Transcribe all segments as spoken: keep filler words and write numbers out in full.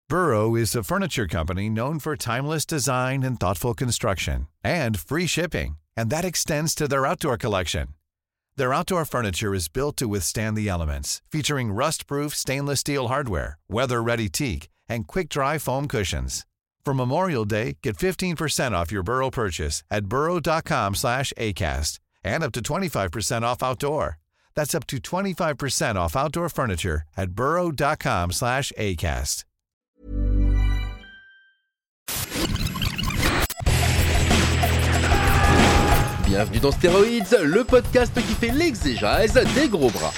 Burrow is a furniture company known for timeless design and thoughtful construction, and free shipping, and that extends to their outdoor collection. Their outdoor furniture is built to withstand the elements, featuring rust-proof stainless steel hardware, weather-ready teak, and quick-dry foam cushions. For Memorial Day, get fifteen percent off your Burrow purchase at burrow.com slash ACAST and up to twenty-five percent off outdoor. That's up to twenty-five percent off outdoor furniture at burrow.com slash ACAST. Bienvenue dans Stéroïdes, le podcast qui fait l'exégèse des gros bras.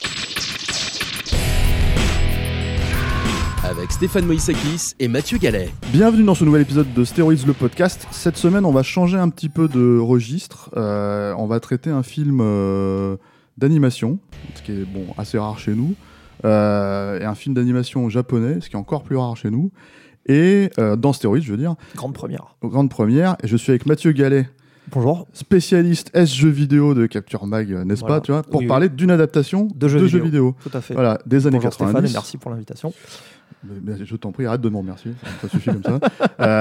Avec Stéphane Moïsakis et Mathieu Gallet. Bienvenue dans ce nouvel épisode de Stéroïdes, le podcast. Cette semaine, on va changer un petit peu de registre. Euh, on va traiter un film euh, d'animation, ce qui est bon, assez rare chez nous, euh, et un film d'animation japonais, ce qui est encore plus rare chez nous. Et euh, dans Stéroïdes, je veux dire. Grande première. Grande première. Et je suis avec Mathieu Gallet. Bonjour. Spécialiste S-jeux vidéo de Capture Mag, n'est-ce voilà. pas, tu vois, pour oui, parler oui. d'une adaptation de jeux, de vidéo. jeux vidéo. Tout à fait. Voilà, des années Bonjour quatre-vingt-dix. Stéphane, et merci pour l'invitation. Mais, mais je t'en prie, arrête de me remercier, ça, ça suffit comme ça.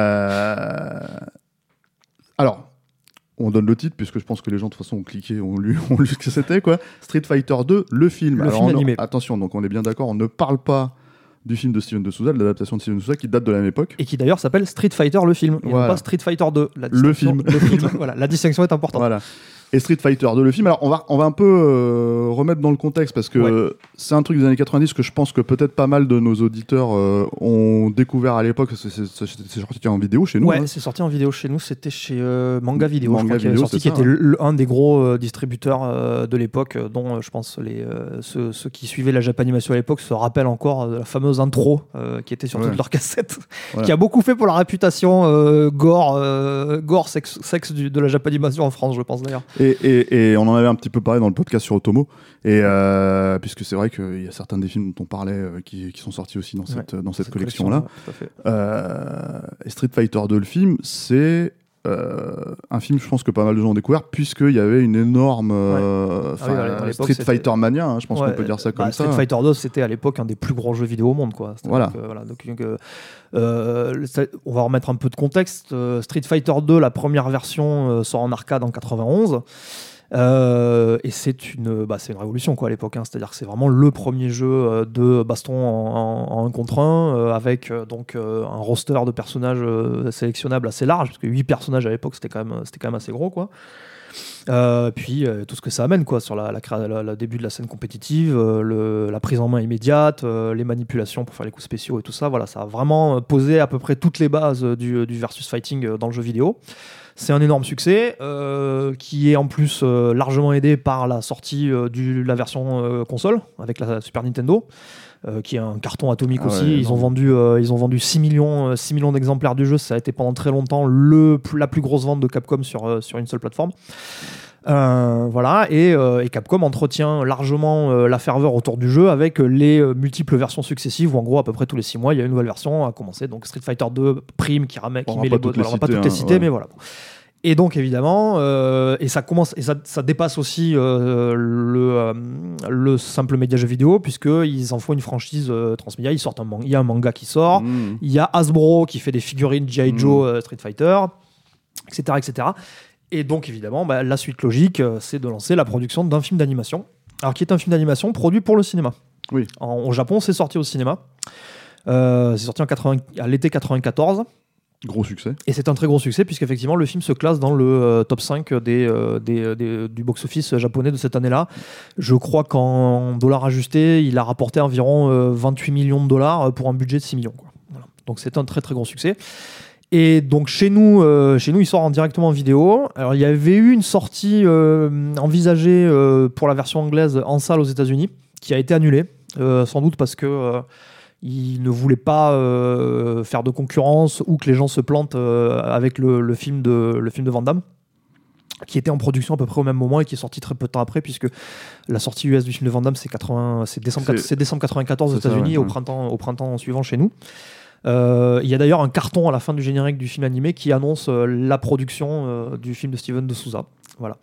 Euh... Alors, on donne le titre, puisque je pense que les gens, de toute façon, ont cliqué, ont lu, ont lu ce que c'était, quoi. Street Fighter deux, le film. Le Alors, film on, animé. Attention, donc on est bien d'accord, on ne parle pas du film de Steven de Souza, de l'adaptation de Steven de Souza, qui date de la même époque. Et qui d'ailleurs s'appelle Street Fighter le film, et voilà. non pas Street Fighter deux. La le film. Le film. Voilà, la distinction est importante. Voilà. Et Street Fighter deux, le film. Alors, on va, on va un peu euh, remettre dans le contexte, parce que ouais. c'est un truc des années quatre-vingt-dix que je pense que peut-être pas mal de nos auditeurs euh, ont découvert à l'époque. C'est, c'est, c'est, c'est sorti en vidéo chez nous. Ouais, hein. c'est sorti en vidéo chez nous. C'était chez euh, Manga Vidéo, Manga je crois, qui avait Vidéo, sorti, c'est qui ça, était hein. le, un des gros euh, distributeurs euh, de l'époque, euh, dont euh, je pense les, euh, ceux, ceux qui suivaient la Japanimation à l'époque se rappellent encore de la fameuse intro euh, qui était sur ouais. toutes leurs cassettes, voilà. qui a beaucoup fait pour la réputation euh, gore, euh, gore sexe, sexe du, de la Japanimation en France, je pense d'ailleurs. Et, et, et on en avait un petit peu parlé dans le podcast sur Otomo, et euh, puisque c'est vrai qu'il y a certains des films dont on parlait euh, qui, qui sont sortis aussi dans cette, ouais, dans cette, cette collection-là. collection, euh, et Street Fighter deux, le film, c'est euh, un film, je pense que pas mal de gens ont découvert, puisqu'il y avait une énorme euh, ouais. ah oui, Street Fighter mania, hein, je pense ouais, qu'on peut dire ça comme bah, ça. Street Fighter deux, c'était à l'époque un des plus gros jeux vidéo au monde, quoi. Voilà. Donc, euh, voilà. Donc, euh, euh, ça, on va remettre un peu de contexte. Euh, Street Fighter deux, la première version, euh, sort en arcade en quatre-vingt-onze. Euh, et c'est une, bah, c'est une révolution, quoi, à l'époque, hein. C'est-à-dire que c'est vraiment le premier jeu euh, de baston en, en, en un contre un, euh, avec euh, donc, euh, un roster de personnages euh, sélectionnables assez large, parce que huit personnages à l'époque, c'était quand même, c'était quand même assez gros, quoi. Euh, puis euh, tout ce que ça amène, quoi, sur la, la, la, la début de la scène compétitive, euh, le, la prise en main immédiate, euh, les manipulations pour faire les coups spéciaux et tout ça, voilà, ça a vraiment posé à peu près toutes les bases du, du versus fighting dans le jeu vidéo. C'est un énorme succès euh, qui est en plus euh, largement aidé par la sortie euh, de la version euh, console avec la Super Nintendo, euh, qui est un carton atomique ah aussi. Ouais, ils, ont vendu, euh, ils ont vendu six millions, six millions d'exemplaires du jeu. Ça a été pendant très longtemps le, la plus grosse vente de Capcom sur, euh, sur une seule plateforme. Euh, voilà, et, euh, et Capcom entretient largement euh, la ferveur autour du jeu avec les euh, multiples versions successives où en gros à peu près tous les six mois il y a une nouvelle version à commencer, donc Street Fighter deux Prime qui, ramène, qui met les bottes, on va pas toutes les citer, hein, ouais. Mais voilà. Et donc évidemment, euh, et ça commence, et ça, ça dépasse aussi euh, le, euh, le simple média jeu vidéo, puisqu'ils en font une franchise euh, transmédia. Ils sortent un manga, il y a un manga qui sort, mmh. Il y a Hasbro qui fait des figurines G I. Joe, mmh. euh, Street Fighter, et cetera, et cetera. Et donc évidemment, bah, la suite logique, euh, c'est de lancer la production d'un film d'animation, alors qui est un film d'animation produit pour le cinéma. Oui. En, au Japon, c'est sorti au cinéma. Euh, c'est sorti en quatre-vingts, à l'été quatre-vingt-quatorze. Gros succès. Et c'est un très gros succès, puisqu'effectivement, le film se classe dans le euh, top cinq des, euh, des, des, du box-office japonais de cette année-là. Je crois qu'en dollars ajustés, il a rapporté environ euh, vingt-huit millions de dollars pour un budget de six millions. Quoi. Voilà. Donc c'est un très très gros succès. Et donc chez nous, euh, chez nous, il sort en directement en vidéo. Alors il y avait eu une sortie euh, envisagée euh, pour la version anglaise en salle aux États-Unis, qui a été annulée, euh, sans doute parce que euh, il ne voulait pas euh, faire de concurrence ou que les gens se plantent euh, avec le, le film de le film de Van Damme, qui était en production à peu près au même moment et qui est sorti très peu de temps après, puisque la sortie U S du film de Van Damme c'est, quatre-vingts, c'est, décembre, c'est, c'est décembre quatre-vingt-quatorze aux États-Unis, ça, ouais, et au printemps, au printemps suivant chez nous. Euh, il y a d'ailleurs un carton à la fin du générique du film animé qui annonce euh, la production euh, du film de Steven de Souza. Voilà.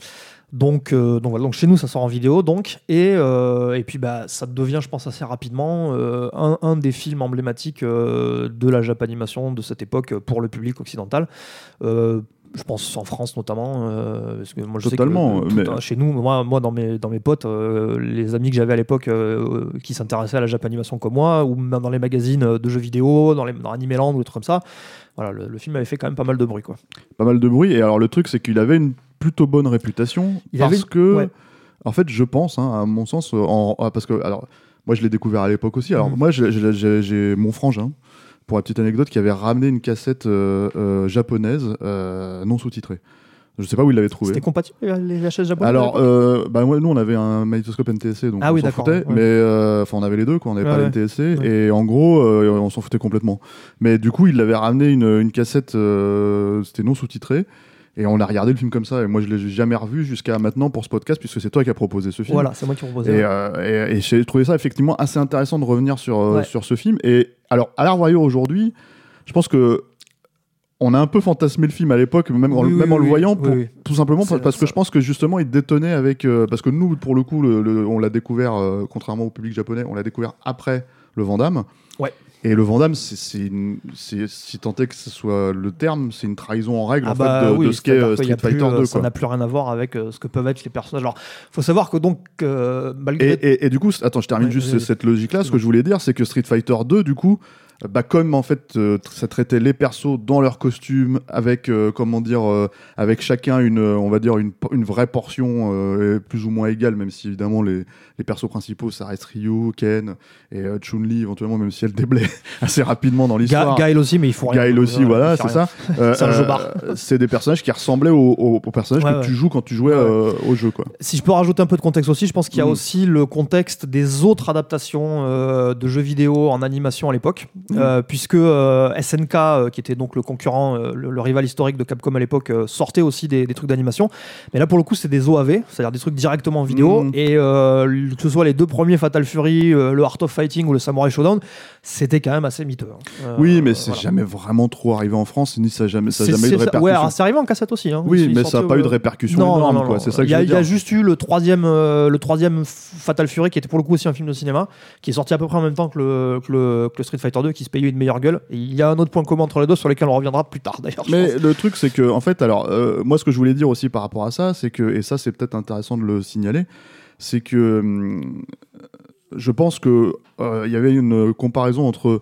Donc, euh, donc, voilà, donc chez nous, ça sort en vidéo, donc, et, euh, et puis bah, ça devient, je pense, assez rapidement euh, un, un des films emblématiques euh, de la Japanimation de cette époque pour le public occidental. Euh, je pense en France notamment, euh, parce que moi je Totalement, sais que tout, mais... chez nous, moi, moi dans mes dans mes potes, euh, les amis que j'avais à l'époque euh, qui s'intéressaient à la Japanimation comme moi, ou même dans les magazines de jeux vidéo, dans les dans Animeland ou des trucs comme ça. Voilà, le, le film avait fait quand même pas mal de bruit, quoi. Pas mal de bruit. Et alors le truc, c'est qu'il avait une plutôt bonne réputation Il parce avait... que, ouais. en fait, je pense, hein, à mon sens, en, parce que alors moi je l'ai découvert à l'époque aussi. Alors mmh. moi, j'ai, j'ai, j'ai, j'ai mon frangin, pour la petite anecdote, qui avait ramené une cassette euh, euh, japonaise euh, non sous-titrée. Je sais pas où il l'avait trouvé. C'était compatible les V H S japonais? Alors, euh, bah, ouais, nous on avait un magnétoscope N T S C, donc ah on oui, s'en d'accord, foutait. ouais. Mais euh, enfin, on avait les deux, quoi. On n'avait ouais, pas ouais. l'N T S C, ouais. et en gros, euh, on s'en foutait complètement. Mais du coup, il avait ramené une, une cassette, euh, c'était non sous-titré, et on a regardé le film comme ça. Et moi, je l'ai jamais revu jusqu'à maintenant pour ce podcast, puisque c'est toi qui as proposé ce film. Voilà, c'est moi qui ai proposé. Et, ouais. euh, et, et j'ai trouvé ça effectivement assez intéressant de revenir sur euh, ouais. sur ce film. Et alors, à la revoyure aujourd'hui, je pense que on a un peu fantasmé le film à l'époque, même, oui, en, oui, même oui, en le oui, voyant, oui, pour, oui. tout simplement C'est parce que ça. je pense que justement il détonnait avec... Euh, parce que nous, pour le coup, le, le, on l'a découvert, euh, contrairement au public japonais, on l'a découvert après le Van Damme. Ouais. Et le Van Damme, c'est, c'est une, c'est, si tant est que ce soit le terme, c'est une trahison en règle ah en bah fait, de, oui, de ce qu'est euh, Street plus, Fighter deux. Ça quoi. n'a plus rien à voir avec euh, ce que peuvent être les personnages. Alors, il faut savoir que donc, euh, malgré... Et, et, et du coup, attends, je termine ouais, juste oui, cette logique-là. Ce que je voulais dire, c'est que Street Fighter deux, du coup, bah, comme en fait euh, ça traitait les persos dans leurs costumes avec euh, comment dire euh, avec chacun une euh, on va dire une, une vraie portion euh, plus ou moins égale, même si évidemment les, les persos principaux ça reste Ryu, Ken et euh, Chun-Li éventuellement, même si elle déblaye assez rapidement dans l'histoire. Ga- Gaël aussi, mais il faut rien. Gaël aussi, euh, voilà, c'est ça. Euh, c'est un euh, jobard. C'est des personnages qui ressemblaient aux, aux, aux personnages ouais, que ouais. tu joues quand tu jouais ouais, ouais. euh, au jeu, quoi. Si je peux rajouter un peu de contexte aussi, je pense qu'il y a mmh. aussi le contexte des autres adaptations euh, de jeux vidéo en animation à l'époque, mmh. euh, puisque euh, S N K, euh, qui était donc le concurrent, euh, le, le rival historique de Capcom à l'époque, euh, sortait aussi des, des trucs d'animation. Mais là, pour le coup, c'est des O A V, c'est-à-dire des trucs directement en vidéo. Mmh. Et euh, que ce soit les deux premiers Fatal Fury, euh, le Art of Fighting ou le Samurai Showdown, c'était quand même assez miteux. Hein. Euh, oui, mais c'est voilà. jamais vraiment trop arrivé en France, ni ça n'a jamais, ça a jamais eu de répercussions. Ouais, alors c'est arrivé en cassette aussi. Hein, oui, mais ça n'a pas eu de répercussions non, énormes. Non, non, quoi. non. C'est ça que il y a, je veux dire. Il y a juste eu le troisième, euh, le troisième Fatal Fury, qui était pour le coup aussi un film de cinéma, qui est sorti à peu près en même temps que le, que le, que le Street Fighter deux, qui se payait une meilleure gueule. Et il y a un autre point commun entre les deux sur lesquels on reviendra plus tard d'ailleurs. Mais le truc, c'est que, en fait, alors, euh, moi, ce que je voulais dire aussi par rapport à ça, c'est que, et ça, c'est peut-être intéressant de le signaler, c'est que hum, je pense que euh, il y avait une comparaison entre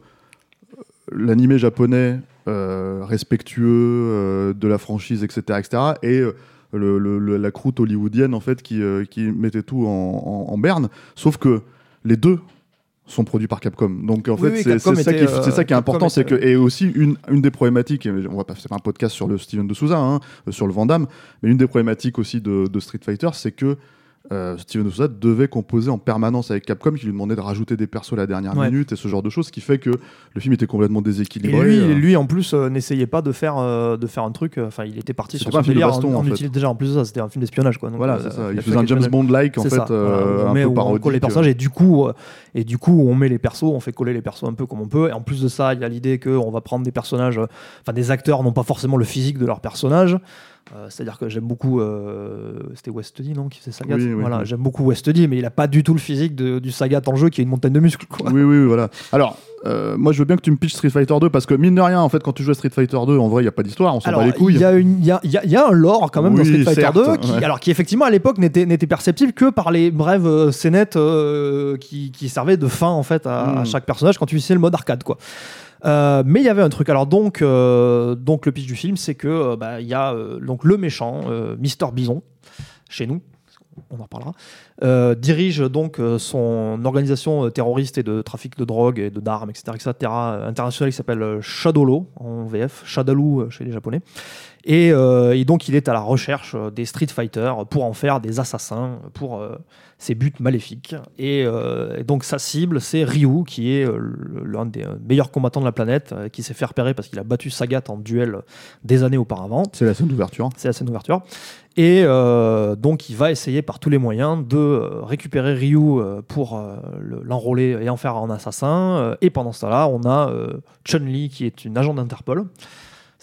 l'animé japonais euh, respectueux euh, de la franchise, et cetera, et cetera, et euh, le, le, le, la croûte hollywoodienne en fait qui, euh, qui mettait tout en, en, en berne. Sauf que les deux sont produits par Capcom. Donc en oui, fait, oui, c'est, c'est, ça qui, euh, c'est ça qui est important, était... c'est que et aussi une, une des problématiques. On va pas faire un podcast sur le Steven de Souza, hein, sur le Van Damme, mais une des problématiques aussi de, de Street Fighter, c'est que Euh, Steven de Souza devait composer en permanence avec Capcom, qui lui demandait de rajouter des persos à la dernière ouais. minute et ce genre de choses, ce qui fait que le film était complètement déséquilibré. Et lui, euh... lui en plus euh, n'essayait pas de faire euh, de faire un truc. Enfin, euh, il était parti c'était sur son délire baston, en, en, en fait. utilisant déjà en plus de ça, c'était un film d'espionnage quoi. Donc, voilà, euh, c'est ça. Il faisait un James Bond-like en c'est fait, euh, voilà, un met, peu on parodique. colle les personnages et du coup, euh, et du coup, on met les persos, on fait coller les persos un peu comme on peut. Et en plus de ça, il y a l'idée que on va prendre des personnages, enfin euh, des acteurs n'ont pas forcément le physique de leurs personnages. Euh, c'est-à-dire que j'aime beaucoup euh, c'était Westdy non qui faisait Sagat oui, oui, voilà oui. J'aime beaucoup Westdy, mais il a pas du tout le physique de, du Sagat en jeu qui est une montagne de muscles quoi. oui oui voilà. Alors euh, moi je veux bien que tu me pitches Street Fighter deux, parce que mine de rien en fait quand tu joues à Street Fighter deux en vrai il y a pas d'histoire, on s'en bat les couilles. Il y a une il y a, y, a, y a un lore quand même oui, dans Street Fighter certes, deux qui, ouais. alors qui effectivement à l'époque n'était n'était perceptible que par les brèves euh, scénettes euh, qui qui servaient de fin en fait à, mm. à chaque personnage quand tu utilisais le mode arcade quoi. Euh, mais il y avait un truc. Alors donc, euh, donc le pitch du film, c'est que euh, bah, y a euh, donc le méchant, euh, Mister Bison, chez nous, on en reparlera, euh, dirige donc euh, son organisation terroriste et de trafic de drogue et de d'armes, et cetera, et cetera, internationale qui s'appelle Shadowlaw en V F, Shadaloo chez les Japonais. Et, euh, et donc il est à la recherche des Street Fighter pour en faire des assassins pour euh, ses buts maléfiques. Et, euh, et donc sa cible, c'est Ryu, qui est euh, l'un des meilleurs combattants de la planète, euh, qui s'est fait repérer parce qu'il a battu Sagat en duel des années auparavant. C'est la scène d'ouverture. C'est la scène d'ouverture. Et euh, donc il va essayer par tous les moyens de euh, récupérer Ryu euh, pour euh, le, l'enrôler et en faire un assassin. Euh, et pendant ce temps-là, on a euh, Chun-Li, qui est une agent d'Interpol.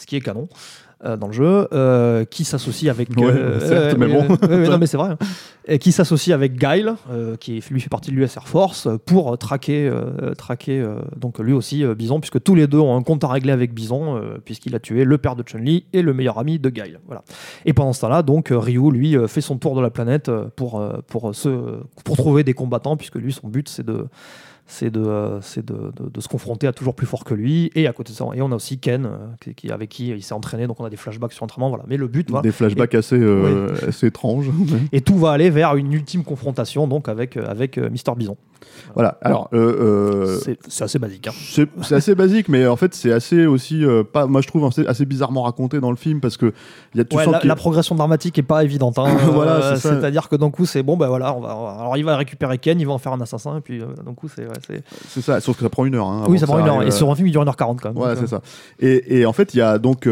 ce qui est canon. Euh, dans le jeu, euh, qui s'associe avec... Ouais, euh, certes, euh, mais bon. euh, ouais, non, mais c'est vrai. Hein. Et qui s'associe avec Guile, euh, qui lui fait partie de l'U S Air Force, pour traquer, euh, traquer euh, donc lui aussi euh, Bison, puisque tous les deux ont un compte à régler avec Bison, euh, puisqu'il a tué le père de Chun-Li et le meilleur ami de Guile. Voilà. Et pendant ce temps-là, donc, Ryu, lui, euh, fait son tour de la planète euh, pour, euh, pour, se, pour trouver des combattants, puisque lui, son but, c'est de... c'est, de, euh, c'est de, de, de se confronter à toujours plus fort que lui. Et à côté de ça, et on a aussi Ken, euh, qui, qui, avec qui il s'est entraîné. Donc on a des flashbacks sur l'entraînement. Voilà. Mais le but, voilà. Des flashbacks et, assez, euh, oui. assez étranges. Et tout va aller vers une ultime confrontation donc avec, avec euh, Mister Bison. Voilà. Alors, euh, euh, c'est, c'est assez basique. Hein. C'est, c'est assez basique, mais en fait, c'est assez aussi, euh, pas, moi je trouve assez, assez bizarrement raconté dans le film parce que y a, tu ouais, sens la, qu'il... la progression dramatique est pas évidente. Hein. Voilà, euh, c'est ça. C'est-à-dire que d'un coup, c'est bon, ben voilà, on va, on va, alors il va récupérer Ken, il va en faire un assassin, et puis euh, d'un coup, c'est, ouais, c'est. C'est ça, sauf que ça prend une heure. Hein, oui, ça prend une heure. Arrive, et sur un film, il dure une heure quarante quand même. Ouais, donc, c'est euh... ça. Et, et en fait, il y a donc,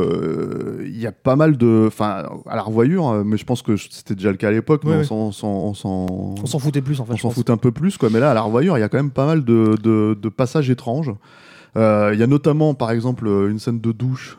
euh, il y a pas mal de, enfin, à la revoyure, mais je pense que c'était déjà le cas à l'époque, oui, mais oui. on s'en, on s'en, on s'en foutait plus en fait. On s'en foutait un peu plus, quoi. Mais là, à la revoyure, il y a quand même pas mal de, de, de passages étranges. Euh, il y a notamment, par exemple, une scène de douche.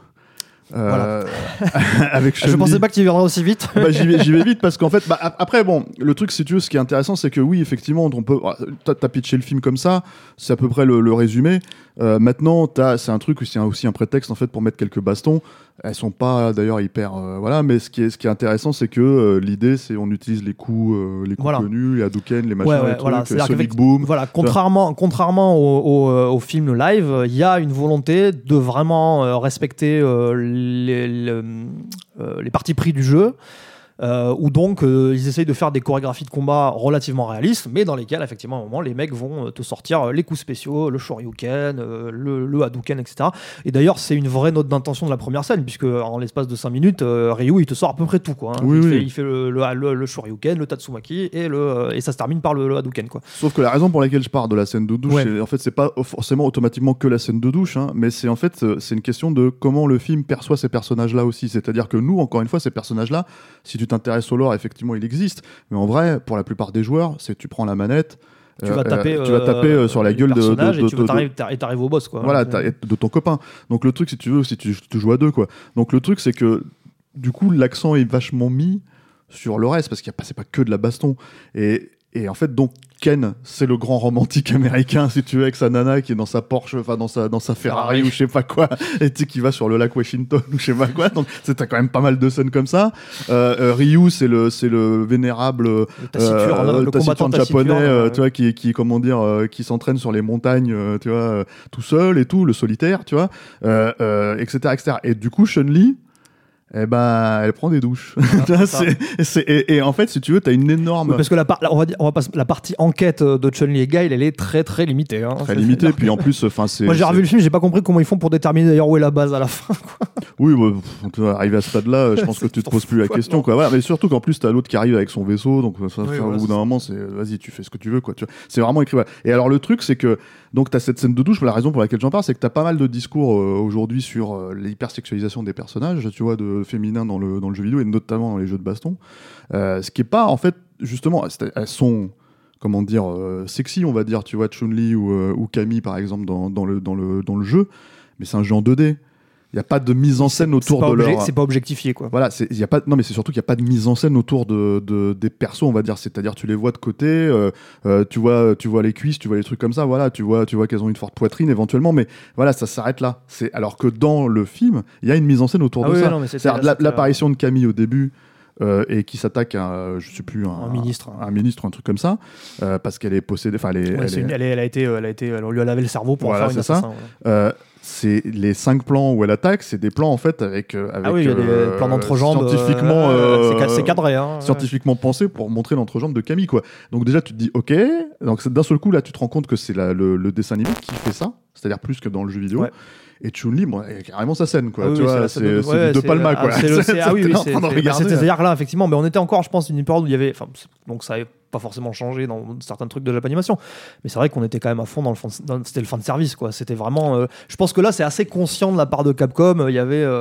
Euh, voilà. avec Chun-Li. Je pensais pas que tu viendrais aussi vite. bah, j'y, vais, j'y vais vite parce qu'en fait, bah, après, bon, le truc, si tu veux, ce qui est intéressant, c'est que oui, effectivement, on peut. T'as, t'as pitché le film comme ça, c'est à peu près le, le résumé. Euh, maintenant, t'as, c'est un truc, c'est aussi un prétexte en fait pour mettre quelques bastons. Elles sont pas d'ailleurs hyper, euh, voilà, mais ce qui est, ce qui est intéressant, c'est que euh, l'idée, c'est on utilise les coups, euh, les coups voilà. connus, les Hadouken, les machins, ouais, ouais, les trucs, voilà. Sonic avec, Boom. Voilà, contrairement, contrairement au, au, au film live, il y a une volonté de vraiment euh, respecter euh, les, les, euh, les partis pris du jeu. Euh, où donc euh, ils essayent de faire des chorégraphies de combat relativement réalistes, mais dans lesquelles effectivement à un moment les mecs vont euh, te sortir les coups spéciaux, le shoryuken, euh, le, le hadouken, et cetera. Et d'ailleurs c'est une vraie note d'intention de la première scène, puisque en l'espace de cinq minutes, euh, Ryu il te sort à peu près tout, quoi. Hein. Oui, il, oui. Fait, il fait le, le, le, le shoryuken, le tatsumaki et, le, et ça se termine par le, le hadouken, quoi. Sauf que la raison pour laquelle je pars de la scène de douche, ouais. c'est, en fait c'est pas forcément automatiquement que la scène de douche, hein, mais c'est en fait c'est une question de comment le film perçoit ces personnages-là aussi. C'est-à-dire que nous, encore une fois, ces personnages-là, si tu t'intéresses au lore, effectivement il existe, mais en vrai pour la plupart des joueurs c'est tu prends la manette, tu vas taper, euh, tu vas taper euh, sur la gueule de, de, de, et tu de, t'arrives, et t'arrives au boss, quoi. Voilà, de ton copain. Donc le truc, si tu veux, si tu, tu joues à deux, quoi. Donc le truc c'est que du coup l'accent est vachement mis sur le reste parce qu'il y a pas, c'est pas que de la baston. Et Et en fait, donc, Ken, c'est le grand romantique américain, si tu veux, avec sa nana qui est dans sa Porsche, enfin, dans sa, dans sa Ferrari, Ferrari ou je sais pas quoi, et tu sais, qui va sur le lac Washington ou je sais pas quoi. Donc, t'as quand même pas mal de scènes comme ça. Euh, euh, Ryu, c'est le, c'est le vénérable, le taciturne, euh, le le taciturne japonais, euh, tu vois, qui, qui, comment dire, euh, qui s'entraîne sur les montagnes, euh, tu vois, euh, tout seul et tout, le solitaire, tu vois, euh, euh, et cetera, et cetera. Et du coup, Chun-Li, eh ben, elle prend des douches. Ah, c'est, c'est, et, et en fait, si tu veux, t'as une énorme. Oui, parce que la, par, la, on va dire, on va pas, la partie enquête de Chun-Li et Guile, elle est très très limitée. Hein. Très limitée. Puis en plus, enfin, c'est. Moi, j'ai c'est... revu le film, j'ai pas compris comment ils font pour déterminer d'ailleurs où est la base à la fin. Quoi. Oui, bah, arrivé à ce stade-là, je pense que tu te poses plus la question, quoi. Voilà, mais surtout qu'en plus, t'as l'autre qui arrive avec son vaisseau, donc ça, oui, ça, voilà, au bout d'un moment, c'est vas-y, tu fais ce que tu veux, quoi. Tu vois. C'est vraiment écrit. Voilà. Et alors, le truc, c'est que donc t'as cette scène de douche. La raison pour laquelle j'en parle, c'est que t'as pas mal de discours euh, aujourd'hui sur euh, l'hypersexualisation des personnages, tu vois, de féminins dans le dans le jeu vidéo et notamment dans les jeux de baston. Euh, ce qui est pas en fait justement, elles sont comment dire euh, sexy, on va dire, tu vois, Chun-Li ou, euh, ou Camille par exemple dans, dans le dans le dans le jeu, mais c'est un jeu en deux D. Il n'y a pas de mise en scène autour de objet, leur... C'est pas objectifié, quoi. Voilà, c'est, y a pas... non, mais c'est surtout qu'il n'y a pas de mise en scène autour de, de, des persos, on va dire. C'est-à-dire, tu les vois de côté, euh, euh, tu, vois, tu vois les cuisses, tu vois les trucs comme ça, voilà, tu vois, tu vois qu'elles ont une forte poitrine éventuellement, mais voilà, ça s'arrête là. C'est... Alors que dans le film, il y a une mise en scène autour ah de oui, ça. Non, mais c'était, c'est-à-dire c'était, l'apparition de Camille au début, Euh, et qui s'attaque à, je sais plus, un, un ministre, un, un ministre, un truc comme ça, euh, parce qu'elle est possédée. Enfin, elle, est, ouais, elle, c'est est... une, elle, est, elle a été, elle a été, on lui a lavé le cerveau pour voilà, en faire une assassin. Voilà. Euh, c'est les cinq plans où elle attaque, c'est des plans en fait avec, avec ah oui, il y a des euh, plans d'entrejambe scientifiquement, euh, c'est, c'est cadré, hein, scientifiquement pensé pour montrer l'entrejambe de Camille, quoi. Donc déjà tu te dis ok, donc d'un seul coup là tu te rends compte que c'est la, le, le dessin animé qui fait ça, c'est-à-dire plus que dans le jeu vidéo. Ouais. Et Chun-Li, bon, carrément sa scène, quoi. Ah, tu oui, vois, c'est, c'est, c'est, c'est de, de Palma, quoi. C'est le, c'est, ah oui, oui, c'est, c'est, c'est-à-dire que là, effectivement, mais on était encore, je pense, une période où il y avait, donc ça n'avait pas forcément changé dans certains trucs de Japanimation, mais c'est vrai qu'on était quand même à fond dans le fan, dans, c'était le fan service, quoi. C'était vraiment, euh, je pense que là, c'est assez conscient de la part de Capcom. Il y avait, euh,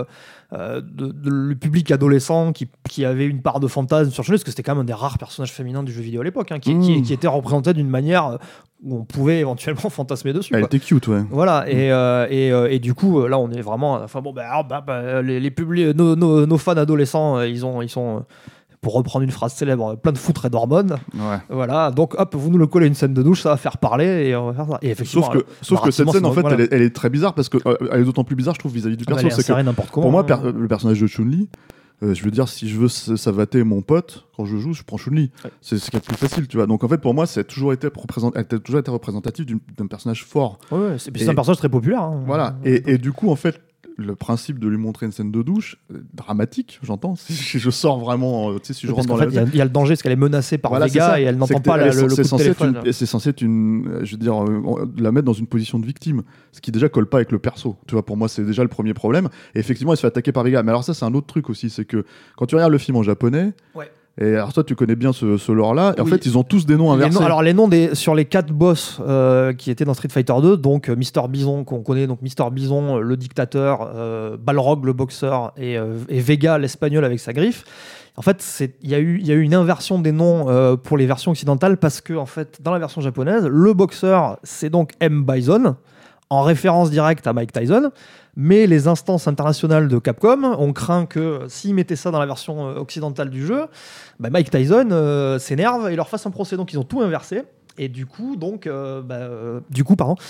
euh, de, de le public adolescent qui, qui avait une part de fantasme sur Chun-Li, parce que c'était quand même un des rares personnages féminins du jeu vidéo à l'époque, hein, qui, mmh. qui, qui était représenté d'une manière où on pouvait éventuellement fantasmer dessus. Elle quoi. était cute, ouais. Voilà, et, euh, et, euh, et du coup, là, on est vraiment... Enfin bon, bah, alors, bah, bah, les, les publi- nos, nos, nos fans adolescents, ils, ont, ils sont... pour reprendre une phrase célèbre, plein de foutre et d'hormones. Ouais. Voilà, donc hop, vous nous le collez une scène de douche, ça va faire parler et on va faire ça. Et effectivement, sauf que, sauf que cette scène, en fait, voilà. elle, est, elle est très bizarre parce qu'elle euh, est d'autant plus bizarre, je trouve, vis-à-vis du perso. Ah bah, c'est que, n'importe comment, pour moi, hein. per- le personnage de Chun-Li, euh, je veux dire, si je veux savater mon pote, quand je joue, je prends Chun-Li. Ouais. C'est ce qui est le plus facile, tu vois. Donc en fait, pour moi, c'est toujours été représent... elle a toujours été représentative d'un personnage fort. Ouais, ouais, c'est, et, c'est un personnage très populaire. Hein. Voilà, et, et du coup, en fait, le principe de lui montrer une scène de douche, euh, dramatique, j'entends, si je sors vraiment, euh, tu sais, si je parce rentre dans fait, la... Il y, y a le danger, parce qu'elle est menacée par voilà, Vega et elle n'entend pas la, le, le coup de téléphone. Une, et c'est censé être une... Je veux dire, euh, la mettre dans une position de victime, ce qui déjà colle pas avec le perso. Tu vois, pour moi, c'est déjà le premier problème. Et effectivement, elle se fait attaquer par Vega. Mais alors ça, c'est un autre truc aussi, c'est que quand tu regardes le film en japonais... Ouais. Et alors toi, tu connais bien ce, ce lore-là. Et oui. En fait, ils ont tous des noms inversés. Les noms, alors les noms des, sur les quatre boss euh, qui étaient dans Street Fighter deux, donc euh, Mister Bison qu'on connaît, donc Mister Bison, euh, le dictateur, euh, Balrog le boxeur et, euh, et Vega l'espagnol avec sa griffe. En fait, il y a eu, y a eu une inversion des noms euh, pour les versions occidentales parce que en fait, dans la version japonaise, le boxeur c'est donc M. Bison, en référence directe à Mike Tyson. Mais les instances internationales de Capcom ont craint que s'ils mettaient ça dans la version occidentale du jeu, bah Mike Tyson euh, s'énerve et leur fasse un procès. Donc ils ont tout inversé. Et du coup, donc, euh, bah, euh, du coup, pardon,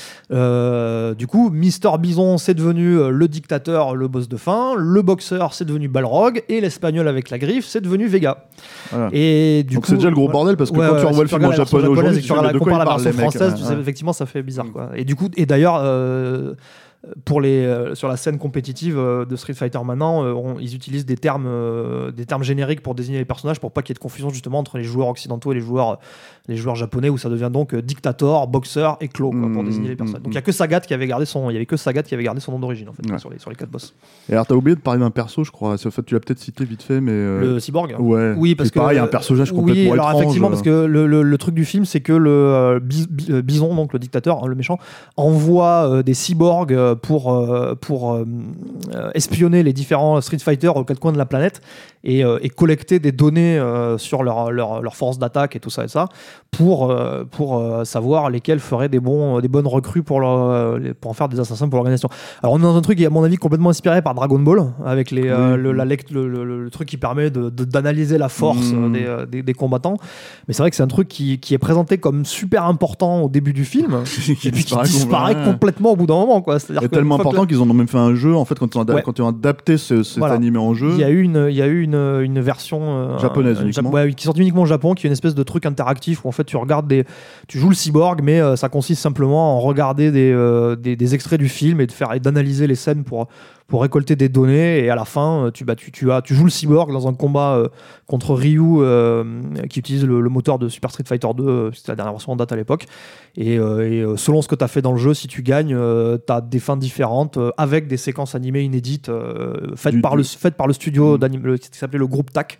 euh, du coup, Mister Bison c'est devenu euh, le dictateur, le boss de fin. Le boxeur c'est devenu Balrog et l'espagnol avec la griffe c'est devenu Vega. Voilà. Et du donc coup, c'est déjà le gros bordel parce que ouais, quand ouais, tu revois le film en japonais aujourd'hui, tu compares la version française, ouais. tu sais, effectivement, ça fait bizarre, quoi. Et du coup, et d'ailleurs. Euh, Pour les, euh, sur la scène compétitive euh, de Street Fighter maintenant, euh, on, ils utilisent des termes, euh, des termes génériques pour désigner les personnages pour pas qu'il y ait de confusion justement entre les joueurs occidentaux et les joueurs, les joueurs japonais où ça devient donc euh, dictator, boxeur et Claw quoi, pour mmh, désigner les personnages. Mmh, donc il y a que Sagat qui avait gardé son, il y avait que Sagat qui avait gardé son nom d'origine en fait ouais. sur les sur les quatre boss. Et alors t'as oublié de parler d'un perso, je crois. En fait, tu l'as peut-être cité vite fait, mais euh... le cyborg. Ouais. Oui parce que pareil, un personnage complètement oui, alors étrange. Effectivement parce que le, le, le truc du film c'est que le euh, Bison donc le dictateur, hein, le méchant, envoie euh, des cyborgs pour euh, pour euh, espionner les différents Street Fighter aux quatre coins de la planète et, euh, et collecter des données euh, sur leur, leur, leur force d'attaque et tout ça et ça pour, euh, pour euh, savoir lesquels feraient des, bons, des bonnes recrues pour, leur, pour en faire des assassins pour l'organisation. Alors on est dans un truc qui est à mon avis complètement inspiré par Dragon Ball avec les, euh, mmh. le, la lect, le, le, le, le truc qui permet de, de, d'analyser la force mmh. des, des, des combattants. Mais c'est vrai que c'est un truc qui, qui est présenté comme super important au début du film qui et puis qui disparaît ouais. complètement au bout d'un moment. Quoi. C'est-à-dire c'est tellement important qu'ils ont même fait un jeu en fait quand ils ont, ada- ouais. quand ils ont adapté ce, cet voilà. animé en jeu. Il y a eu une, il y a eu une, une version euh, japonaise un, uniquement. Ouais, qui sort uniquement au Japon, qui est une espèce de truc interactif où en fait tu regardes des, tu joues le cyborg, mais euh, ça consiste simplement en regarder des, euh, des, des extraits du film et de faire et d'analyser les scènes pour pour récolter des données et à la fin tu bah tu tu as tu joues le cyborg dans un combat euh, contre Ryu euh, qui utilise le, le moteur de Super Street Fighter deux, euh, c'était la dernière version en date à l'époque et, euh, et euh, selon ce que tu as fait dans le jeu, si tu gagnes euh, tu as des fins différentes euh, avec des séquences animées inédites euh, faites du, par du... le faites par le studio mmh. d'anime le, qui s'appelait le groupe T A C.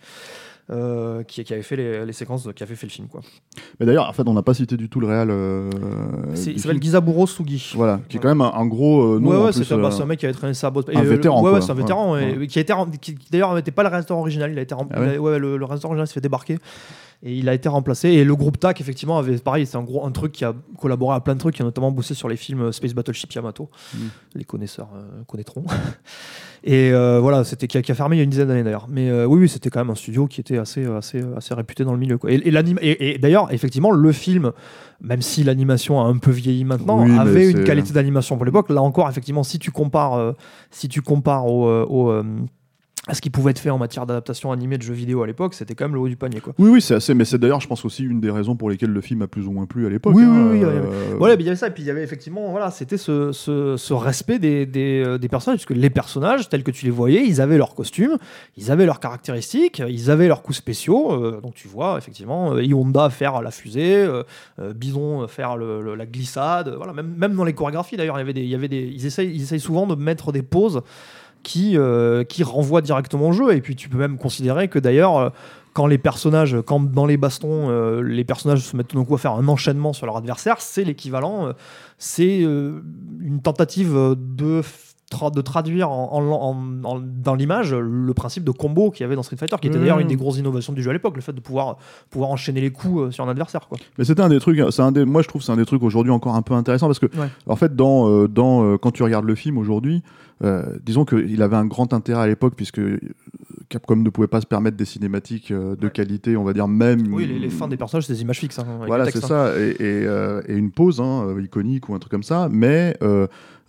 Euh, qui, qui avait fait les, les séquences, qui avait fait le film quoi. Mais d'ailleurs, en fait, on n'a pas cité du tout le réal. Euh, il s'appelle Gizaburo Sugi. Voilà, qui est quand même un, un gros euh, nom. Ouais, ouais, en plus, c'est, euh, bah, c'est un mec qui avait traîné ça à botte. Un et vétéran. Le, ouais, quoi. ouais, c'est un vétéran, ouais, et, ouais. qui a été, qui, qui d'ailleurs n'était pas le réalisateur original. Il a été, ah ouais, il a, ouais, le, le réalisateur original s'est fait débarquer. Et il a été remplacé. Et le groupe T A C, effectivement, avait pareil, c'est un gros un truc qui a collaboré à plein de trucs, qui a notamment bossé sur les films Space Battleship Yamato. Mm. Les connaisseurs euh, connaîtront. Et euh, voilà, c'était qui a, qui a fermé il y a une dizaine d'années d'ailleurs. Mais euh, oui, oui, c'était quand même un studio qui était assez, assez, assez réputé dans le milieu. Quoi. Et, et, et, et d'ailleurs, effectivement, le film, même si l'animation a un peu vieilli maintenant, oui, avait une c'est... qualité d'animation pour l'époque. Là encore, effectivement, si tu compares, euh, si tu compares au, au euh, à ce qui pouvait être fait en matière d'adaptation animée de jeux vidéo à l'époque, c'était quand même le haut du panier, quoi. Oui, oui, c'est assez. Mais c'est d'ailleurs, je pense aussi une des raisons pour lesquelles le film a plus ou moins plu à l'époque. Oui, hein, oui, oui. euh... oui. Voilà, il y avait ça, et puis il y avait effectivement, voilà, c'était ce, ce, ce respect des, des, des personnages, puisque les personnages tels que tu les voyais, ils avaient leurs costumes, ils avaient leurs caractéristiques, ils avaient leurs coups spéciaux. Euh, donc tu vois, effectivement, euh, Honda faire la fusée, euh, euh, Bison faire le, le, la glissade. Voilà, même, même dans les chorégraphies, d'ailleurs, il y avait des, il y avait des, ils essayent, ils essayent souvent de mettre des pauses qui, euh, qui renvoie directement au jeu. Et puis tu peux même considérer que d'ailleurs, euh, quand les personnages, quand dans les bastons, euh, les personnages se mettent tout d'un coup à faire un enchaînement sur leur adversaire, c'est l'équivalent, euh, c'est euh, une tentative de tra- de traduire en, en, en, en, dans l'image le principe de combo qu'il y avait dans Street Fighter, qui était Mmh. d'ailleurs une des grosses innovations du jeu à l'époque, le fait de pouvoir, pouvoir enchaîner les coups sur un adversaire, quoi. Mais c'était un des trucs, c'est un des, moi je trouve que c'est un des trucs aujourd'hui encore un peu intéressant parce que Ouais. en fait dans, euh, dans euh, quand tu regardes le film aujourd'hui, euh, disons qu'il avait un grand intérêt à l'époque puisque Capcom ne pouvait pas se permettre des cinématiques euh, de Ouais. qualité, on va dire même. Oui, les, les fins des personnages, c'est des images fixes. Hein, avec Voilà, le c'est texte, hein. ça, et, et, euh, et une pause hein, euh, iconique ou un truc comme ça. Mais euh,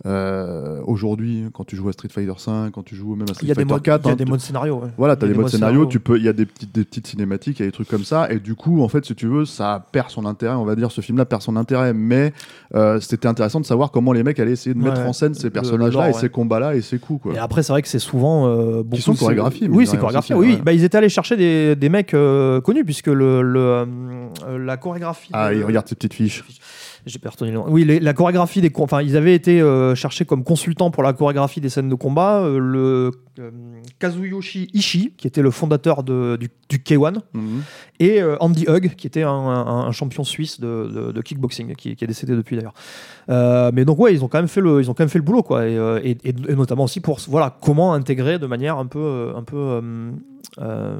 euh, aujourd'hui, quand tu joues à Street Fighter cinq, quand tu joues même à Street Il y a des Fighter modes, quatre, il y a hein, des tu- modes scénario. Ouais. voilà, t'as Il y des a modes scénario, tu peux, il y a des petites, des petites cinématiques, il y a des trucs comme ça, et du coup, en fait, si tu veux, ça perd son intérêt. On va dire, ce film-là perd son intérêt, mais euh, c'était intéressant de savoir comment les mecs allaient essayer de Ouais, mettre en scène ces le- personnages-là le lore, et ouais. ces combats-là et ces coups, quoi. Et après, c'est vrai que c'est souvent euh, beaucoup. Qui sont c'est- chorégraphiés, mine Oui, de c'est rien, chorégraphié. aussi, Oui, ouais. bah, ils étaient allés chercher des, des mecs euh, connus puisque le, le euh, euh, la chorégraphie. Ah, de- il regarde ces petites fiches. J'ai pas retenu le nom. Oui, les- la chorégraphie des, com- enfin, ils avaient été euh, cherchés comme consultants pour la chorégraphie des scènes de combat. euh, le euh, Kazuyoshi Ishii, qui était le fondateur de, du, du K un, Mhm. et euh, Andy Hug, qui était un, un- un champion suisse de, de- de kickboxing, qui, qui est décédé depuis d'ailleurs. Euh, mais donc ouais, ils ont quand même fait le, ils ont quand même fait le boulot, quoi, et, euh, et, et- et notamment aussi pour voilà comment intégrer de manière un peu, euh, un peu euh, euh,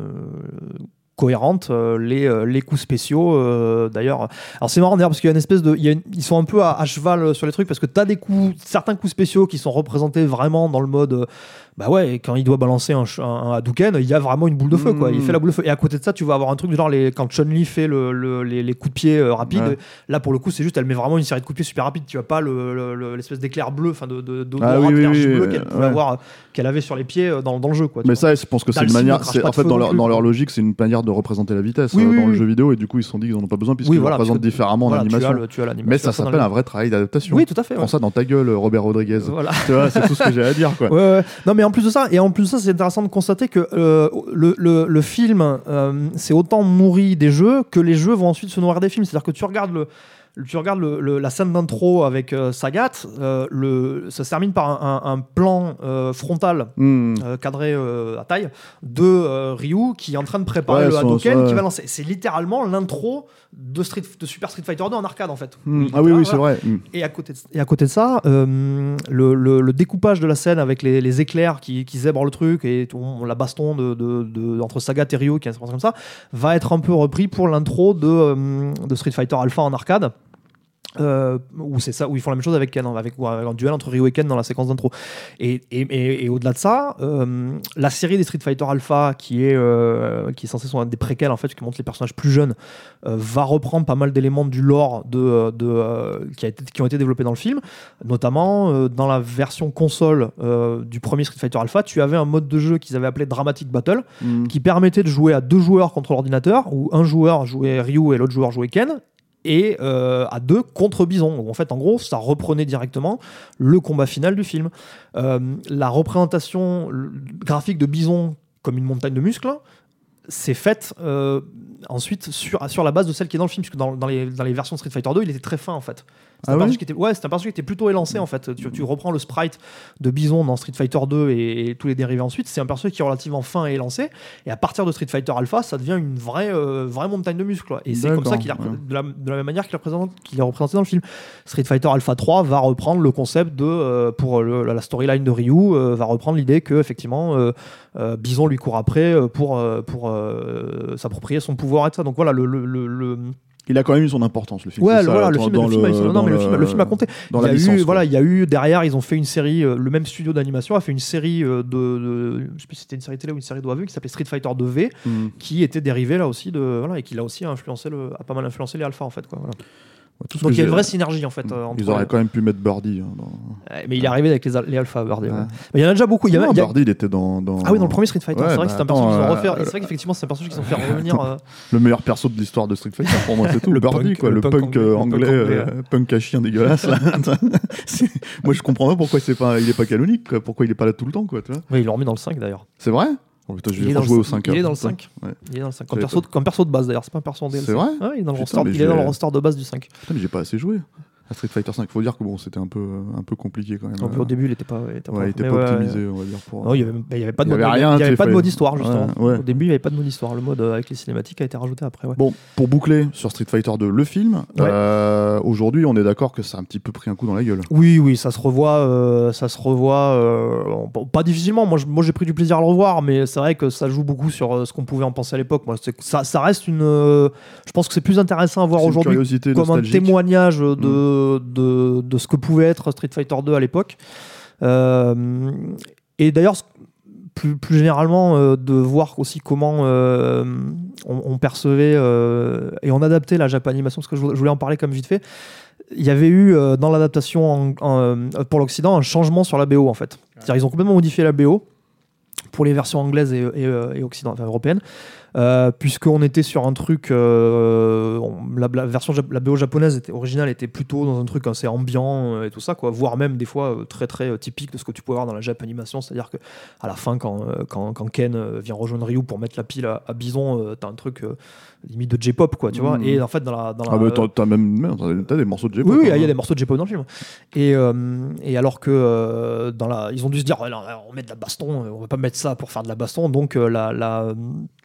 cohérente euh, les, euh, les coups spéciaux euh, d'ailleurs. Alors c'est marrant d'ailleurs parce qu'il y a une espèce de il y a une- ils sont un peu à, à cheval sur les trucs parce que tu as des coups, certains coups spéciaux qui sont représentés vraiment dans le mode euh, bah ouais, quand il doit balancer un, ch- un, un Hadouken, il y a vraiment une boule de feu, quoi. Il Mmh. fait la boule de feu. Et à côté de ça, tu vas avoir un truc du genre les, quand Chun-Li fait le, le- les, les coups de pied euh, rapides. Ouais. Là, pour le coup, c'est juste, elle met vraiment une série de coups de pied super rapides. Tu vois pas le- le- le- l'espèce d'éclair bleu, enfin de, de, de, Ah d'aura oui, oui, d'énergie oui, bleue oui, qu'elle ouais. pouvait avoir, qu'elle avait sur les pieds euh, dans, dans le jeu, quoi. tu Mais vois. ça, je pense que c'est une Dalsim ne manière, crache c'est, pas en de fait, feu dans non leur, plus, dans leur quoi. logique, c'est une manière de représenter la vitesse Oui, euh, oui, dans le oui. jeu vidéo, et du coup, ils se sont dit qu'ils en ont pas besoin puisqu'ils Oui, le voilà, représentent parce que- différemment Voilà, en tu as animation. le- tu as l'animation Mais ça dans s'appelle le- un vrai travail d'adaptation. Oui, tout à fait. Prends ouais. ça dans ta gueule, Robert Rodriguez. Voilà. Tu vois, c'est tout ce que j'ai à dire, quoi. Ouais, ouais. Non, mais en plus de ça, et en plus de ça, c'est intéressant de constater que euh, le, le, le film, euh, c'est autant nourri des jeux que les jeux vont ensuite se nourrir des films. C'est-à-dire que tu regardes le. Tu regardes le, le- la scène d'intro avec euh, Sagat, euh, le, ça se termine par un, un- un plan euh, frontal Hmm. euh, cadré euh, à taille de euh, Ryu qui est en train de préparer Ouais, le son- Hadouken ouais. qui va lancer. C'est littéralement l'intro de, Street, de Super Street Fighter deux en arcade en fait. Hmm. Il Ah oui, était là, oui, c'est voilà. vrai. Hmm. Et à côté de, et à côté de ça, euh, le, le- le découpage de la scène avec les, les éclairs qui, qui zèbrent le truc et tout, la baston de, de- de- entre Sagat et Ryu qui est comme ça, va être un peu repris pour l'intro de, euh, de Street Fighter Alpha en arcade. Euh, où c'est ça, où ils font la même chose avec Ken, avec, avec un duel entre Ryu et Ken dans la séquence d'intro. Et, et, et, et au-delà de ça, euh, la série des Street Fighter Alpha, qui est, euh, qui est censée être des préquels en fait, qui montre les personnages plus jeunes, euh, va reprendre pas mal d'éléments du lore de, de, euh, qui, a été, qui ont été développés dans le film. Notamment, euh, dans la version console euh, du premier Street Fighter Alpha, tu avais un mode de jeu qu'ils avaient appelé Dramatic Battle, Hmm. qui permettait de jouer à deux joueurs contre l'ordinateur, où un joueur jouait Ryu et l'autre joueur jouait Ken, et euh, à deux contre Bison. Donc, en fait, en gros, ça reprenait directement le combat final du film. Euh, la représentation le- graphique de Bison comme une montagne de muscles, c'est faite euh, ensuite sur, sur la base de celle qui est dans le film, puisque dans, dans, les, dans les versions de Street Fighter deux, il était très fin en fait. C'est Ah un ouais personnage qui était, ouais, c'est un personnage qui était plutôt élancé en fait. Tu, tu reprends le sprite de Bison dans Street Fighter deux et, et tous les dérivés ensuite, c'est un personnage qui est relativement fin et élancé. Et à partir de Street Fighter Alpha, ça devient une vraie, euh, vraie montagne de muscles, quoi. Et c'est comme ça qu'il est D'accord, repré- de, la, de la même manière qu'il est, représente- qu'il est représenté dans le film. Street Fighter Alpha trois va reprendre le concept de, euh, pour le- la storyline de Ryu, euh, va reprendre l'idée que effectivement euh, euh, Bison lui court après euh, pour, euh, pour euh, s'approprier son pouvoir et tout ça. Donc voilà, le, le, le, le- Il a quand même eu son importance, le film. Ouais, c'est le, ça, voilà, le dans- film, dans le film a eu son- non, dans mais le film, le film a compté. Dans il y la a licence, eu, quoi. voilà, il y a eu derrière, ils ont fait une série, euh, le même studio d'animation a fait une série euh, de, de, je sais plus si c'était une série télé ou une série d'O A V qui s'appelait Street Fighter deux V, Hmm. qui était dérivée là aussi de, voilà, et qui l'a aussi influencé le, a pas mal influencé les alphas en fait, quoi. Voilà. Ouais, tout ce Donc que il y a une j'ai- vraie synergie en fait. euh, entre Ils auraient les- quand même pu mettre Birdie. hein, dans- Ouais, mais il est arrivé avec les, al- les alphas, Birdie, ouais. Ouais. Mais il y en a déjà beaucoup. Il y a, Non, il y a- Birdie, il était dans, dans- Ah oui, dans le premier Street Fighter, Ouais, c'est vrai bah, que c'est un personnage qu'ils ont attends, refait. euh, Et c'est vrai qu'effectivement, c'est un personnage qu'ils ont fait revenir. euh, le meilleur perso de l'histoire de Street Fighter pour moi, c'est tout. Le Birdie, punk, quoi, le le punk punk, anglais, euh, le punk anglais, anglais, euh, punk à chien dégueulasse. Là. C'est- moi, je comprends pas pourquoi c'est pas, il est pas canonique, quoi. Pourquoi il est pas là tout le temps, quoi. Tu vois. Oui, ils l'ont remis dans le cinq d'ailleurs. C'est vrai. Oh, putain, je Il vais est dans rejouer le- au cinq. il est hein, dans le putain. cinq. Ouais. Il est dans le cinq. Comme J'avais perso, comme perso de base d'ailleurs, c'est pas un perso en D L C. C'est vrai Ouais, il est dans le Putain, roster, mais il est dans le j'ai- roster de base du cinq. Putain, mais j'ai pas assez joué. à Street Fighter cinq. Il faut dire que bon, c'était un peu, un peu compliqué quand même. Donc, au début, il n'était pas, il était ouais, pas, il était pas ouais, optimisé, ouais. on va dire. Pour... Non, il n'y avait, il y avait pas de il y mode, avait rien, il y avait pas de fallait... mode histoire, justement. Ouais, ouais. Au début, il n'y avait pas de mode histoire. Le mode euh, avec les cinématiques a été rajouté après. Ouais. Bon, pour boucler sur Street Fighter deux, le film, ouais. euh, aujourd'hui, on est d'accord que ça a un petit peu pris un coup dans la gueule. Oui, oui, ça se revoit, euh, ça se revoit euh, pas difficilement. Moi, je, moi, j'ai pris du plaisir à le revoir, mais c'est vrai que ça joue beaucoup sur euh, ce qu'on pouvait en penser à l'époque. Moi, c'est, ça, ça reste une. Euh, je pense que c'est plus intéressant à voir aujourd'hui comme nostalgique. Un témoignage de, mmh. de, de ce que pouvait être Street Fighter deux à l'époque. Euh, et d'ailleurs, plus, plus généralement, euh, de voir aussi comment euh, on, on percevait euh, et on adaptait la Japanimation, parce que je voulais en parler comme vite fait. Il y avait eu euh, dans l'adaptation en, en, pour l'Occident un changement sur la B O en fait. C'est-à-dire ils ont complètement modifié la B O pour les versions anglaises et, et, et occidentales, enfin, européennes. Euh, puisqu'on était sur un truc, euh, on, la, la version la B O japonaise était, originale était plutôt dans un truc assez ambiant euh, et tout ça, quoi, voire même des fois euh, très très euh, typique de ce que tu pouvais voir dans la Japanimation, c'est-à-dire que à la fin quand, euh, quand, quand Ken euh, vient rejoindre Ryu pour mettre la pile à, à Bison, euh, t'as un truc euh, limite de J-pop, quoi, tu mmh. vois, et en fait dans la, dans la ah bah t'as, t'as même t'as, t'as des morceaux de J-pop. Oui, il hein. y a des morceaux de J-pop dans le film. Et, euh, et alors que euh, dans la, ils ont dû se dire, on met de la baston, on va pas mettre ça pour faire de la baston, donc euh, la, la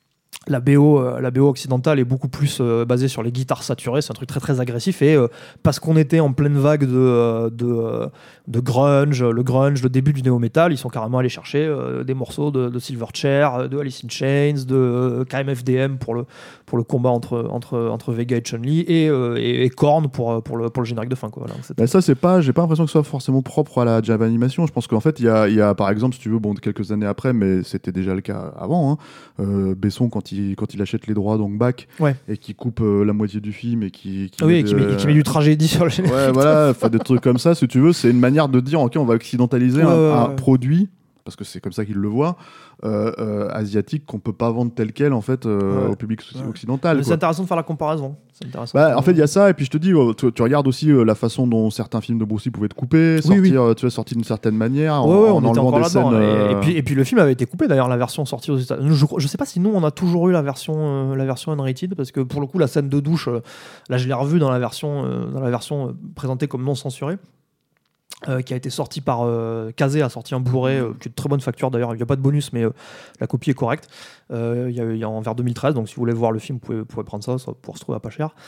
La B O, euh, la B O occidentale est beaucoup plus euh, basée sur les guitares saturées, c'est un truc très très agressif, et euh, parce qu'on était en pleine vague de, euh, de, euh, de grunge, le grunge, le début du néo-metal, ils sont carrément allés chercher euh, des morceaux de, de Silverchair, de Alice in Chains, de euh, K M F D M pour le, pour le combat entre, entre, entre Vega et Chun-Li, et, euh, et, et Korn pour, pour, le, pour le générique de fin, quoi. Voilà, bah ça, c'est pas, j'ai pas l'impression que ce soit forcément propre à la Japanimation. Je pense qu'en fait, il y a, y a par exemple, si tu veux, bon, quelques années après, mais c'était déjà le cas avant, hein, euh, Besson, quand il quand il achète les droits donc back ouais. et qui coupe euh, la moitié du film et qui, qui oui, met et qui, met, euh... qui met du tragédie sur le générique. Ouais, voilà, enfin des trucs comme ça, si tu veux, c'est une manière de dire ok, on va occidentaliser ouais, un, ouais, un ouais. produit, parce que c'est comme ça qu'ils le voient, euh, euh, asiatique qu'on peut pas vendre tel quel en fait euh, ouais. au public ouais. occidental. C'est intéressant de faire la comparaison. C'est intéressant. Bah, en fait, il y a ça, et puis je te dis, tu, tu regardes aussi euh, la façon dont certains films de Bruce Lee pouvaient être coupés, sortir, oui, oui. tu vois, sortis d'une certaine manière, ouais, en, ouais, en enlevant des scènes. Euh... Et, et, puis, et puis le film avait été coupé d'ailleurs, la version sortie aux États-Unis. Je, je sais pas si nous on a toujours eu la version, euh, la version unrated, parce que pour le coup, la scène de douche, euh, là je l'ai revue dans la version, euh, dans la version euh, présentée comme non censurée. Euh, qui a été sorti par euh, Kazé, a sorti un Blu-ray euh, qui est de très bonne facture d'ailleurs, il n'y a pas de bonus mais euh, la copie est correcte. Euh, il y a, il y a en vers deux mille treize, donc si vous voulez voir le film, vous pouvez, vous pouvez prendre ça, ça pourra se trouver à pas cher.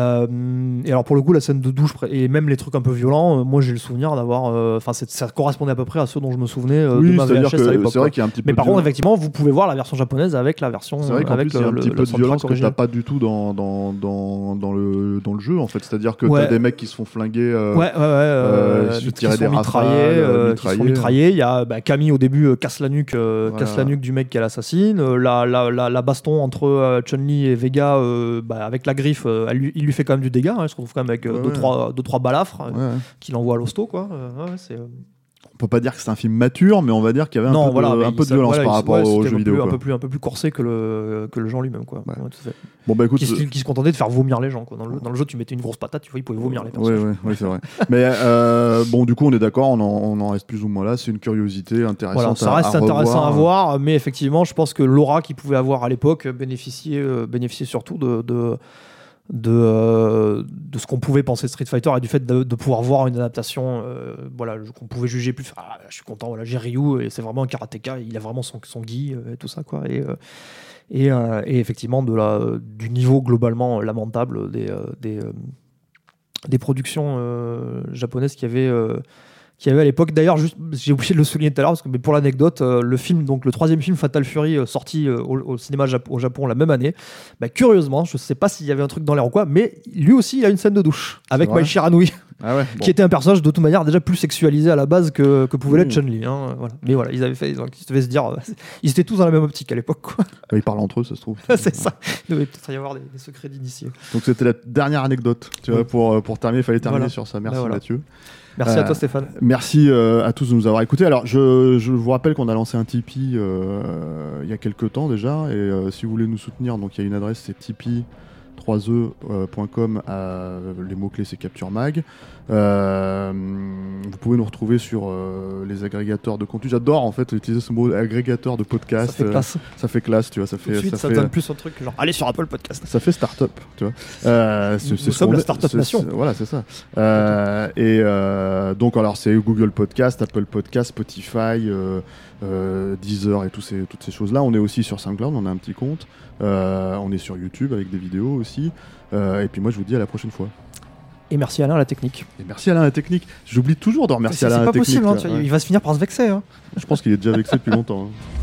Euh, et alors pour le coup, la scène de douche et même les trucs un peu violents, euh, moi j'ai le souvenir d'avoir, enfin euh, ça correspondait à peu près à ceux dont je me souvenais euh, oui, de ma V H S à l'époque. C'est vrai qu'il y a un petit peu mais par contre, effectivement, vous pouvez voir la version japonaise avec la version. C'est vrai qu'en avec plus, il y a un le, petit le, peu de violence que original. t'as pas du tout dans dans dans dans le dans le jeu en fait. C'est-à-dire que ouais. t'as des mecs qui se font flinguer, euh, ouais, ouais, ouais, euh, euh, se tirer des mitraillés, euh, qui sont mitraillés. Il y a bah, Camille au début euh, casse la nuque, euh, voilà. casse la nuque du mec qui l'assassine. Euh, la, la, la, la baston entre euh, Chun-Li et Vega euh, bah, avec la griffe, euh, elle lui, il lui fait quand même du dégât. Hein, il se retrouve quand même avec euh, ouais, deux, ouais. trois, deux trois balafres euh, ouais. qu'il envoie à l'hosto, quoi. Euh, ouais, c'est, euh... On peut pas dire que c'est un film mature, mais on va dire qu'il y avait un non, peu voilà, de, un peu de violence voilà, par rapport ouais, aux jeux un vidéo. Plus, quoi. Un peu plus un peu plus corsé que le que le genre lui-même, quoi. Ouais. Ouais, tout à fait. Bon bah écoute, qui, se, qui se contentait de faire vomir les gens, quoi. Dans le, dans le jeu, tu mettais une grosse patate, tu vois, ils pouvaient vomir les personnages. Oui, oui, oui, c'est vrai. Mais euh, bon, du coup, on est d'accord, on en, on en reste plus ou moins là. C'est une curiosité intéressante. Voilà, ça reste à, à intéressant revoir. à voir, mais effectivement, je pense que l'aura qu'il pouvait avoir à l'époque bénéficiait, euh, bénéficiait surtout de, de, de, euh, de ce qu'on pouvait penser de Street Fighter et du fait de, de pouvoir voir une adaptation, euh, voilà, qu'on pouvait juger plus. Ah, je suis content, voilà, j'ai Ryu et c'est vraiment un karatéka, il a vraiment son, son gi euh, et tout ça, quoi. Et, euh, et, euh, et effectivement, de la, du niveau globalement lamentable des, euh, des, euh, des productions euh, japonaises qui avaient. Euh, qu'il y avait à l'époque. D'ailleurs, juste, j'ai oublié de le souligner tout à l'heure, parce que mais pour l'anecdote, euh, le film, donc le troisième film Fatal Fury, euh, sorti euh, au, au cinéma Jap- au Japon la même année, bah, curieusement, je sais pas s'il y avait un truc dans l'air ou quoi, mais lui aussi, il a une scène de douche avec Mai Shiranui, ah ouais, bon. qui était un personnage de toute manière déjà plus sexualisé à la base que, que pouvait l'être Chun-Li. Hein, voilà. Mais voilà, ils avaient fait, donc, ils devaient se dire, euh, ils étaient tous dans la même optique à l'époque, quoi. Ils parlent entre eux, ça se trouve. C'est ça. Il devait peut-être y avoir des, des secrets d'initiés. Donc c'était la dernière anecdote. Tu vois, pour pour terminer, il fallait terminer voilà. sur ça. Merci, ben voilà. Mathieu. Merci euh, à toi, Stéphane. Merci euh, à tous de nous avoir écoutés. Alors, je, je vous rappelle qu'on a lancé un Tipeee euh, il y a quelques temps déjà. Et euh, si vous voulez nous soutenir, donc il y a une adresse, c'est tipeee trois e point com. Euh, les mots-clés, c'est Capture Mag. Euh, vous pouvez nous retrouver sur euh, les agrégateurs de contenu. J'adore en fait utiliser ce mot agrégateur de podcast. Ça fait classe. Euh, ça fait classe, tu vois. Ça Tout fait, de suite, ça, ça fait, donne plus un truc genre allez sur Apple Podcast. Ça fait start-up, tu vois. Euh, c'est, Nous c'est sommes ce la qu'on- start-up c'est- nation. c'est- Voilà, c'est ça. Euh, et euh, donc alors c'est Google Podcast, Apple Podcast, Spotify, euh, euh, Deezer et tous ces, toutes ces choses-là. On est aussi sur SoundCloud, on a un petit compte. Euh, on est sur YouTube avec des vidéos aussi. Euh, et puis moi je vous dis à la prochaine fois. Et merci Alain, la technique. Et merci Alain la technique. J'oublie toujours de remercier C'est Alain c'est la pas technique. possible, hein, là. tu vois, Ouais. il va se finir par se vexer. Hein. Je pense qu'il est déjà vexé depuis longtemps. hein.